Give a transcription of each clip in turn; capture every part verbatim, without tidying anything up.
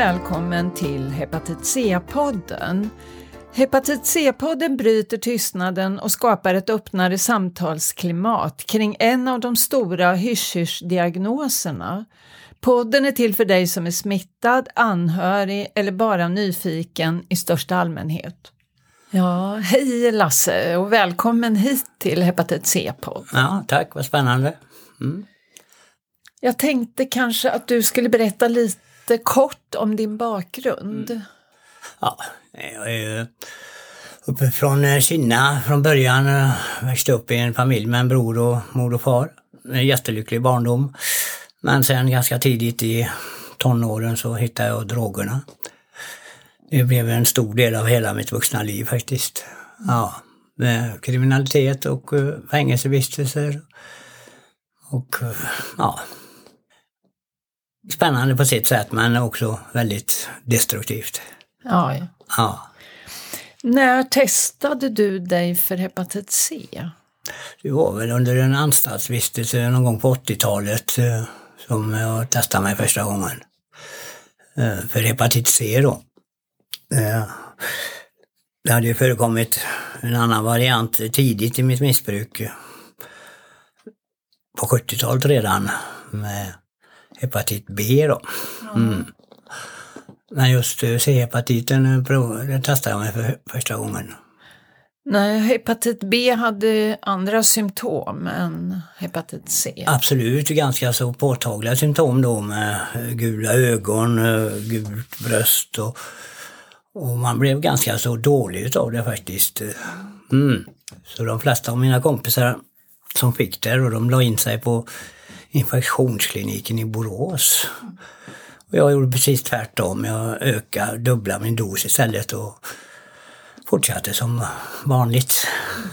välkommen till Hepatit C-podden. Hepatit C-podden bryter tystnaden och skapar ett öppnare samtalsklimat kring en av de stora hysch-hysch-diagnoserna. Podden är till för dig som är smittad, anhörig eller bara nyfiken i största allmänhet. Ja, hej Lasse och välkommen hit till Hepatit C-podd. Ja, tack, vad spännande. Mm. Jag tänkte kanske att du skulle berätta lite kort om din bakgrund. Mm. Ja, jag är uppe från Kina från början. Växte upp i en familj med en bror och mor och far. En jättelycklig barndom. Men sen ganska tidigt i tonåren så hittade jag drogerna. Det blev en stor del av hela mitt vuxna liv faktiskt. Ja, med kriminalitet och fängelsevistelser. Och ja, spännande på sitt sätt men också väldigt destruktivt. Ja, ja. Ja. När testade du dig för hepatit C? Det var väl under en anstaltsvistelse någon gång på åttiotalet som jag testade mig första gången. För hepatit C då. Det hade ju förekommit en annan variant tidigt i mitt missbruk. På sjuttiotalet redan med hepatit B då. Mm. Men just C-hepatiten det testade jag mig för första gången. Nej, hepatit B hade andra symptom än hepatit C. Absolut, ganska så påtagliga symptom då med gula ögon, gult bröst och, och man blev ganska så dålig av det faktiskt. Mm. Så de flesta av mina kompisar som fick det och de la in sig på infektionskliniken i Borås. Och jag gjorde precis tvärtom, jag ökade, dubbla min dos istället och fortsatte som vanligt.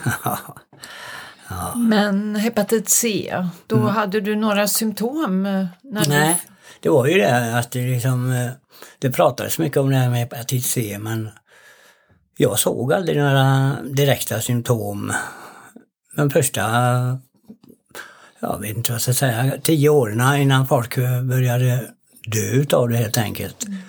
Ja. Men hepatit C, då mm. hade du några symptom? När Nej, du... det var ju det att det, liksom, det pratades mycket om det här med hepatit C, men jag såg aldrig några direkta symptom. De första, jag vet inte vad jag ska säga, tio åren innan folk började dö av det helt enkelt. Mm.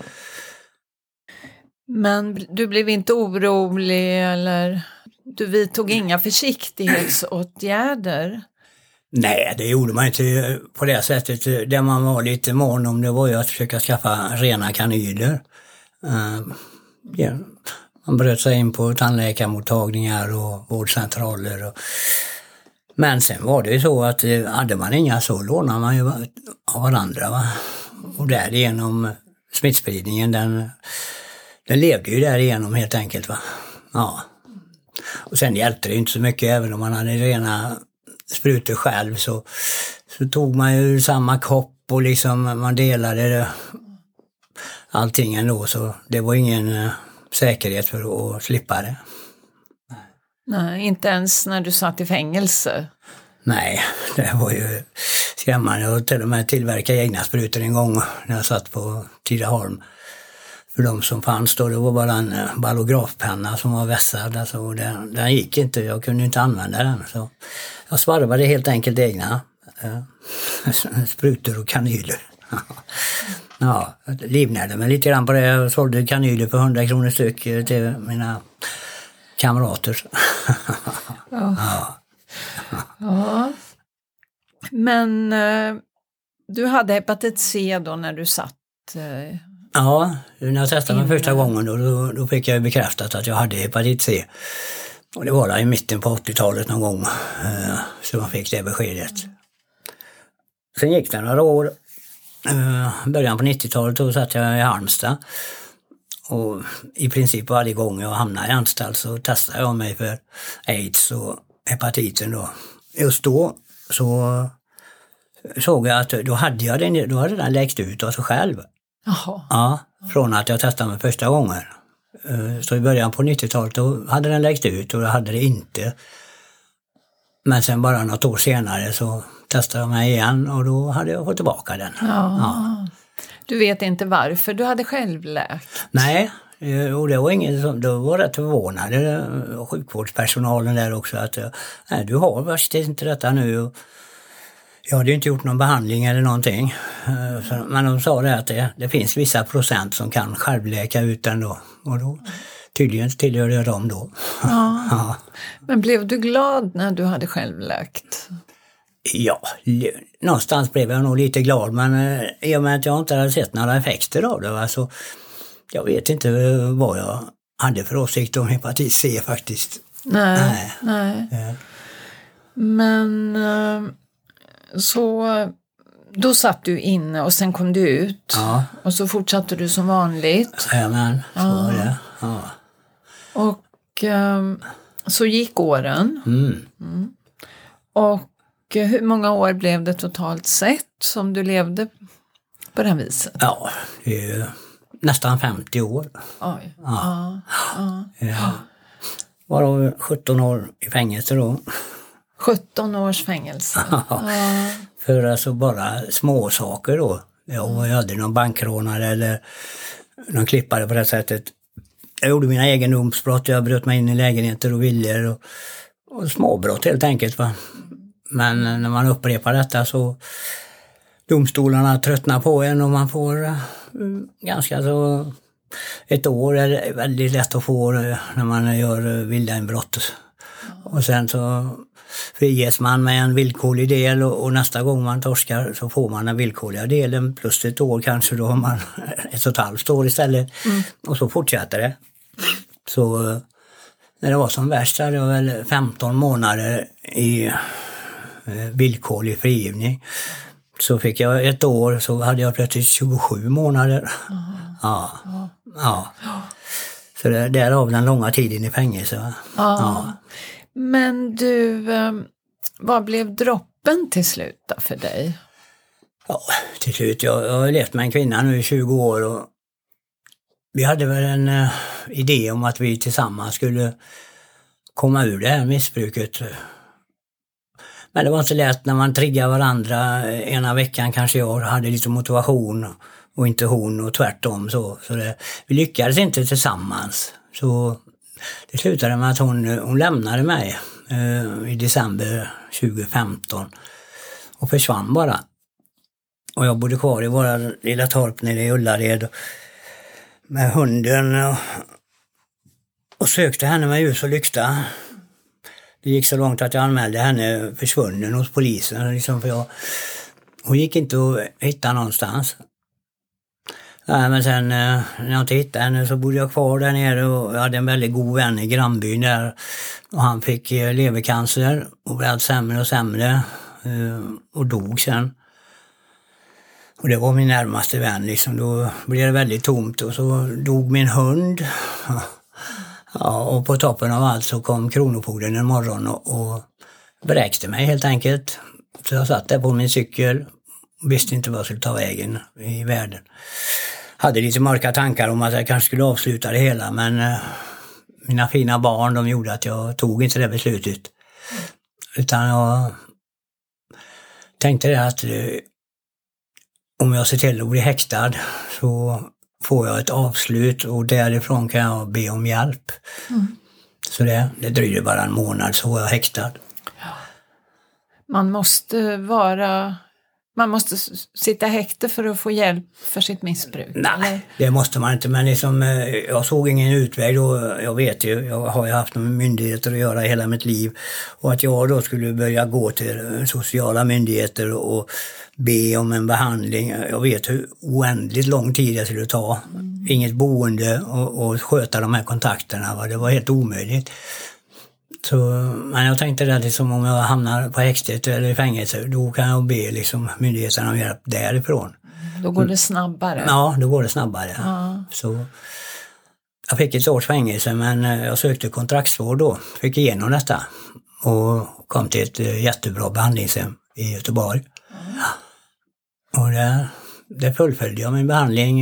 Men du blev inte orolig eller du vidtog inga försiktighetsåtgärder? Nej, det gjorde man inte på det sättet. Det man var lite mån om det var ju att försöka skaffa rena kanyler. Uh, yeah. Man bröt sig in på tandläkarmottagningar och vårdcentraler. Och... Men sen var det ju så att hade man inga så lånade man ju av varandra. Va? Och därigenom smittspridningen den... Den levde ju därigenom helt enkelt va. Ja. Och sen hjälpte det inte så mycket även om man hade rena sprutor själv så, så tog man ju samma kopp och liksom man delade det, allting ändå så det var ingen uh, säkerhet för att slippa det. Nej, inte ens när du satt i fängelse. Nej, det var ju skrämmande och till och med tillverka egna sprutor en gång när jag satt på Tidaholm. För de som fanns då, det var bara en ballografpenna som var vässad. Alltså, den, den gick inte, jag kunde inte använda den. Så jag svarvade helt enkelt egna eh, sprutor och kanyler. Ja, jag livnärde mig lite grann på det. Jag sålde kanyler för hundra kronor styck till mina kamrater. Ja. Ja. Ja. Men eh, du hade hepatit C då när du satt... Eh, Ja, när jag testade mig första gången då, då, då fick jag bekräftat att jag hade hepatit C. Och det var där i mitten på åttiotalet någon gång eh, så man fick det beskedet. Sen gick det några år. Eh, början på nittiotalet då satt jag i Halmstad. Och i princip varje gång jag hamnade i anstalt så testade jag mig för AIDS och hepatiten då. Just då så såg jag att då hade, jag den, då hade den läkt ut av sig själv. Jaha. Ja, från att jag testade mig första gången. Så i början på nittiotalet då hade den läkt ut och jag hade det inte. Men sen bara något år senare så testade jag mig igen och då hade jag fått tillbaka den. Ja. Ja. Du vet inte varför du hade själv läkt? Nej, och det var ingen som, då var rätt förvånade sjukvårdspersonalen där också att nej, du har faktiskt inte detta nu. Jag hade ju inte gjort någon behandling eller någonting. Men de sa det att det, det finns vissa procent som kan självläka ut den då. Och då tydligen tillhörde jag dem då. Ja. Ja. Men blev du glad när du hade självläkt? Ja, någonstans blev jag nog lite glad, men i och med att jag inte hade sett några effekter av det. Alltså, jag vet inte vad jag hade för åsikt om hepatit C faktiskt. Nej, nej. nej. Men så då satt du inne och sen kom du ut. Ja. Och så fortsatte du som vanligt. Jajamän, så ja. var det. Ja. Och um, så gick åren. Mm. Mm. Och hur många år blev det totalt sett som du levde på det här viset? Ja, det är ju nästan femtio år. Oj. Ja. Ja. Ja. Ja. Var då sjutton år i fängelse då. sjutton års fängelse. Ja. Ja. För alltså bara små saker då. Jag var ju aldrig någon bankrånare eller någon klippare på det sättet. Jag gjorde mina egendomsbrott, jag bröt mig in i lägenheter och villor och, och småbrott helt enkelt. Va? Men när man upprepar detta så domstolarna tröttnar på en och man får uh, ganska så ett år är det väldigt lätt att få uh, när man gör uh, vilda inbrott. Ja. Och sen så friges man med en villkorlig del och, och nästa gång man torskar så får man den villkorliga delen plus ett år kanske, då har man ett och ett halvt år istället. Mm. Och så fortsätter det. Så uh, när det var som värst så hade jag väl femton månader i uh, villkorlig frigivning. Så fick jag ett år så hade jag plötsligt tjugosju månader. Mm. Ja. Ja. Ja. Så det, därav den långa tiden i fängelse. Va? Ja. Ja. Men du, vad blev droppen till slut då för dig? Ja, till slut. Jag, jag har levt med en kvinna nu i tjugo år och vi hade väl en uh, idé om att vi tillsammans skulle komma ur det här missbruket. Men det var inte lätt när man triggar varandra. Ena veckan kanske jag hade lite motivation och inte hon och tvärtom. Så, så det, vi lyckades inte tillsammans. Så det slutade med att hon, hon lämnade mig eh, i december tjugo femton och försvann bara. Och jag bodde kvar i våra lilla torp nere i Ullared med hunden och, och sökte henne med ljus och lykta. Det gick så långt att jag anmälde henne försvunnen hos polisen. Liksom, för jag, hon gick inte att hitta någonstans. Ja, men sen när jag inte hittade henne så bodde jag kvar där nere och jag hade en väldigt god vän i grannbyn där. Och han fick levercancer och blev allt sämre och sämre och dog sen. Och det var min närmaste vän liksom. Då blev det väldigt tomt och så dog min hund. Ja, och på toppen av allt så kom kronofogden en morgon och, och bräkte mig helt enkelt. Så jag satt där på min cykel och visste inte vad jag skulle ta vägen i världen. Hade lite mörka tankar om att jag kanske skulle avsluta det hela, men eh, mina fina barn, de gjorde att jag tog inte det beslutet. Utan jag tänkte det att eh, om jag ser till att bli häktad så får jag ett avslut och därifrån kan jag be om hjälp. Mm. Så det, det dröjde bara en månad så var jag häktad. Ja. Man måste vara, man måste sitta häkte för att få hjälp för sitt missbruk? Nej, eller? Det måste man inte, men liksom, jag såg ingen utväg då. Jag vet ju, jag har ju haft med myndigheter att göra hela mitt liv. Och att jag då skulle börja gå till sociala myndigheter och be om en behandling. Jag vet hur oändligt lång tid det skulle ta. Mm. Inget boende och, och sköta de här kontakterna. Va? Det var helt omöjligt. Så, men jag tänkte det liksom, om jag hamnar på häktet eller i fängelse, då kan jag be liksom, myndigheterna om hjälp därifrån. Då går det snabbare? Ja, då går det snabbare. Ja. Så jag fick ett års fängelse, men jag sökte kontraktsvård då. Fick igenom detta och kom till ett jättebra behandlingshem i Göteborg. Mm. Och det, det fullföljde jag min behandling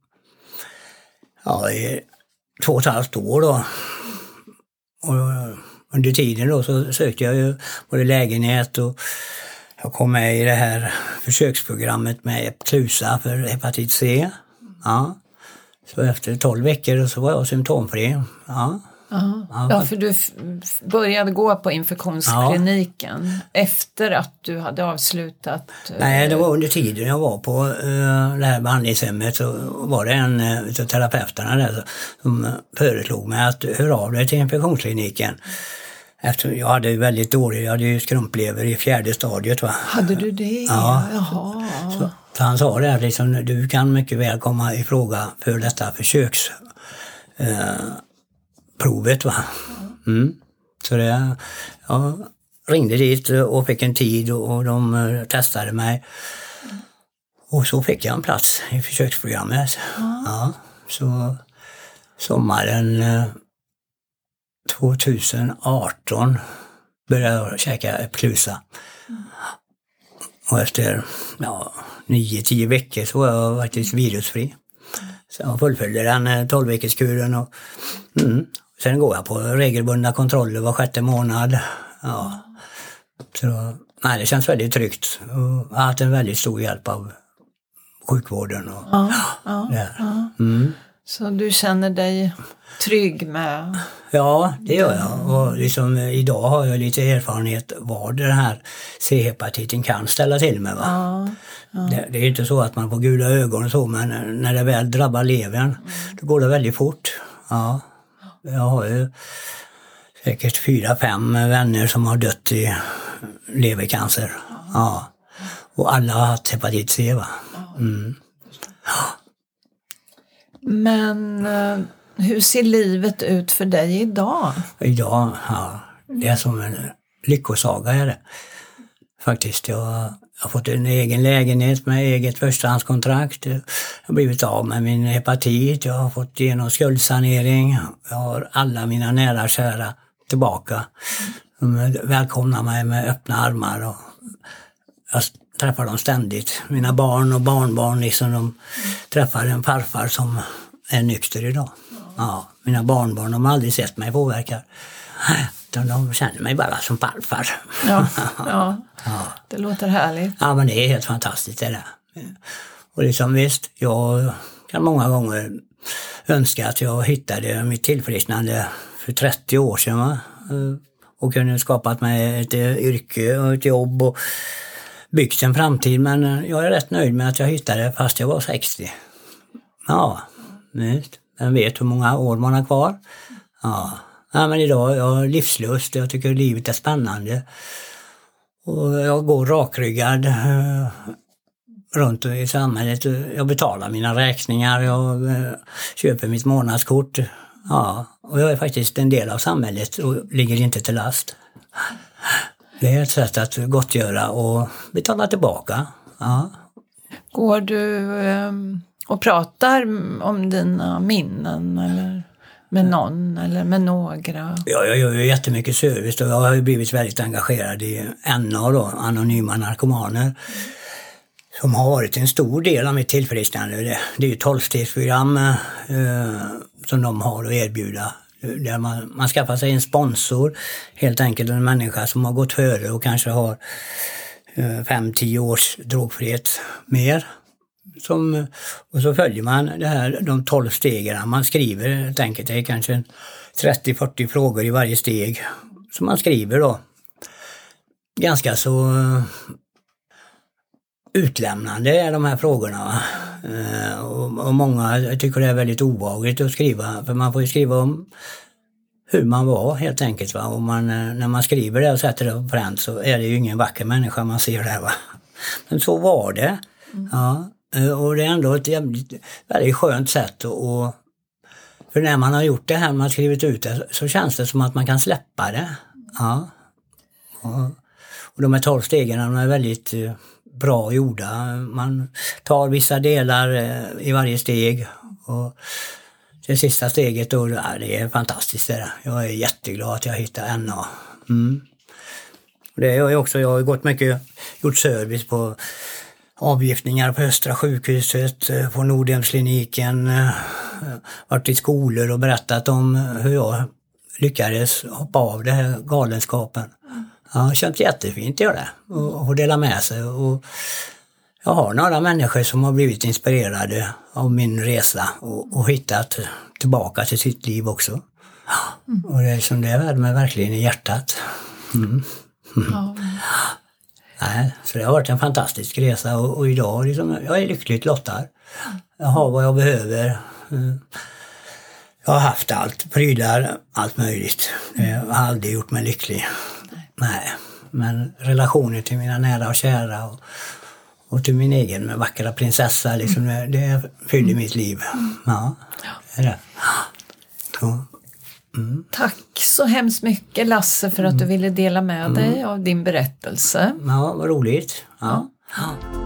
ja, i två och ett halvt år då. Och under tiden då så sökte jag ju både lägenhet och jag kom med i det här försöksprogrammet med Epclusa för hepatit C. Ja. Så efter tolv veckor så var jag symptomfri. Ja. Ja, ja för du f- började gå på infektionskliniken ja. efter att du hade avslutat... Uh... Nej, det var under tiden jag var på uh, det här behandlingshemmet, så var det en uh, av terapeuterna där som föreslog mig att höra av dig till infektionskliniken. Eftersom jag hade väldigt dålig, jag hade ju skrumplever i fjärde stadiet, va. Hade du det? Ja. Jaha. Så, så han sa det att liksom, du kan mycket väl komma i fråga för detta försöks uh, provet, va. Mm. Så det, jag ringde dit och fick en tid och de testade mig. Och så fick jag en plats i försöksprogrammet. Mm. Ja, så sommaren tjugoarton började jag käka Epclusa. Mm. Och efter ja, nio, tio veckor så var jag faktiskt virusfri. Så jag fullföljde den tolv veckors kuren och mm. Sen går jag på regelbundna kontroller var sjätte månad. Ja. Så, nej, det känns väldigt tryggt. Och jag har haft en väldigt stor hjälp av sjukvården. Och, ja, ja, ja. Mm. Så du känner dig trygg med? Ja, det gör jag. Och liksom, idag har jag lite erfarenhet vad den här C-hepatiten kan ställa till med. Va? Ja, ja. Det, det är inte så att man får gula ögon och så, men när det väl drabbar levern mm. då går det väldigt fort. Ja. Jag har ju säkert fyra, fem vänner som har dött i levercancer. Ja. Och alla har haft hepatit C, va? Mm. Men hur ser livet ut för dig idag? Idag, ja. Det är som en lyckosaga är det. Faktiskt, jag har fått en egen lägenhet med eget förstahandskontrakt. Jag har blivit av med min hepatit. Jag har fått igenom skuldsanering. Jag har alla mina nära kära tillbaka. De välkomnar mig med öppna armar. Och jag träffar dem ständigt. Mina barn och barnbarn liksom, de träffar en farfar som är nykter idag. Ja, mina barnbarn, de har aldrig sett mig påverkad. De känner mig bara som farfar. Ja, ja. Ja, det låter härligt. Ja, men det är helt fantastiskt det där. Och liksom visst, jag kan många gånger önska att jag hittade mitt tillfrisknande för trettio år sedan. Va? Och kunde skapat mig ett yrke och ett jobb och byggt en framtid. Men jag är rätt nöjd med att jag hittade det fast jag var sextio. Ja, visst. Jag vet hur många år man har kvar. Ja. Ja, men idag jag har livslust, jag tycker livet är spännande. Och jag går rakryggad eh, runt i samhället. Jag betalar mina räkningar, jag eh, köper mitt månadskort. Ja, och jag är faktiskt en del av samhället och ligger inte till last. Det är ett sätt att gottgöra och betala tillbaka. Ja. Går du eh, och pratar om dina minnen eller? Med någon eller med några? Ja, jag gör ju jättemycket service och jag har ju blivit väldigt engagerad i N A då, Anonyma Narkomaner. Mm. Som har varit en stor del av mitt tillfrisknande. Det, det är ju tolvstegsprogram eh, som de har att erbjuda. Där man, man skaffar sig en sponsor, helt enkelt en människa som har gått före och kanske har eh, fem, tio års drogfrihet mer. Som, och så följer man det här, de tolv stegen. Man skriver helt enkelt, det är kanske trettio fyrtio frågor i varje steg som man skriver då. Ganska så utlämnande är de här frågorna. Uh, och, och många tycker det är väldigt obehagligt att skriva, för man får ju skriva om hur man var helt enkelt. Va? Och man, när man skriver det och sätter det på pränt så är det ju ingen vacker människa man ser där. Va? Men så var det. Mm. Ja. Och det är ändå ett jävligt, väldigt skönt sätt att, för när man har gjort det här, man har skrivit ut det, så känns det som att man kan släppa det. Ja. Och, och de här tolv stegen är väldigt bra gjorda. Man tar vissa delar i varje steg och det sista steget då, det är fantastiskt det där. Jag är jätteglad att jag hittar N A. Mm. Det är jag också, jag har gått mycket, gjort service på avgiftningar på Östra sjukhuset, på Nordhemskliniken, varit i skolor och berättat om hur jag lyckades hoppa av det här galenskapen. Ja, det känns jättefint att göra det och, och dela med sig. Och jag har några människor som har blivit inspirerade av min resa och, och hittat tillbaka till sitt liv också. Mm. Och det är som det värde mig verkligen i hjärtat. Mm. Mm. Ja. Nej, så det har varit en fantastisk resa och, och idag liksom, jag är lyckligt lottad. Jag har vad jag behöver. Jag har haft allt, prylar, allt möjligt. Jag har aldrig gjort mig lycklig. Nej. Nej. Men relationen till mina nära och kära och, och till min egen vackra prinsessa, liksom, det, det fyller mm. mitt liv. Ja, det är det. Så. Mm. Tack så hemskt mycket, Lasse, för att du ville dela med dig mm. av din berättelse. Ja, vad roligt. Ja. Ja.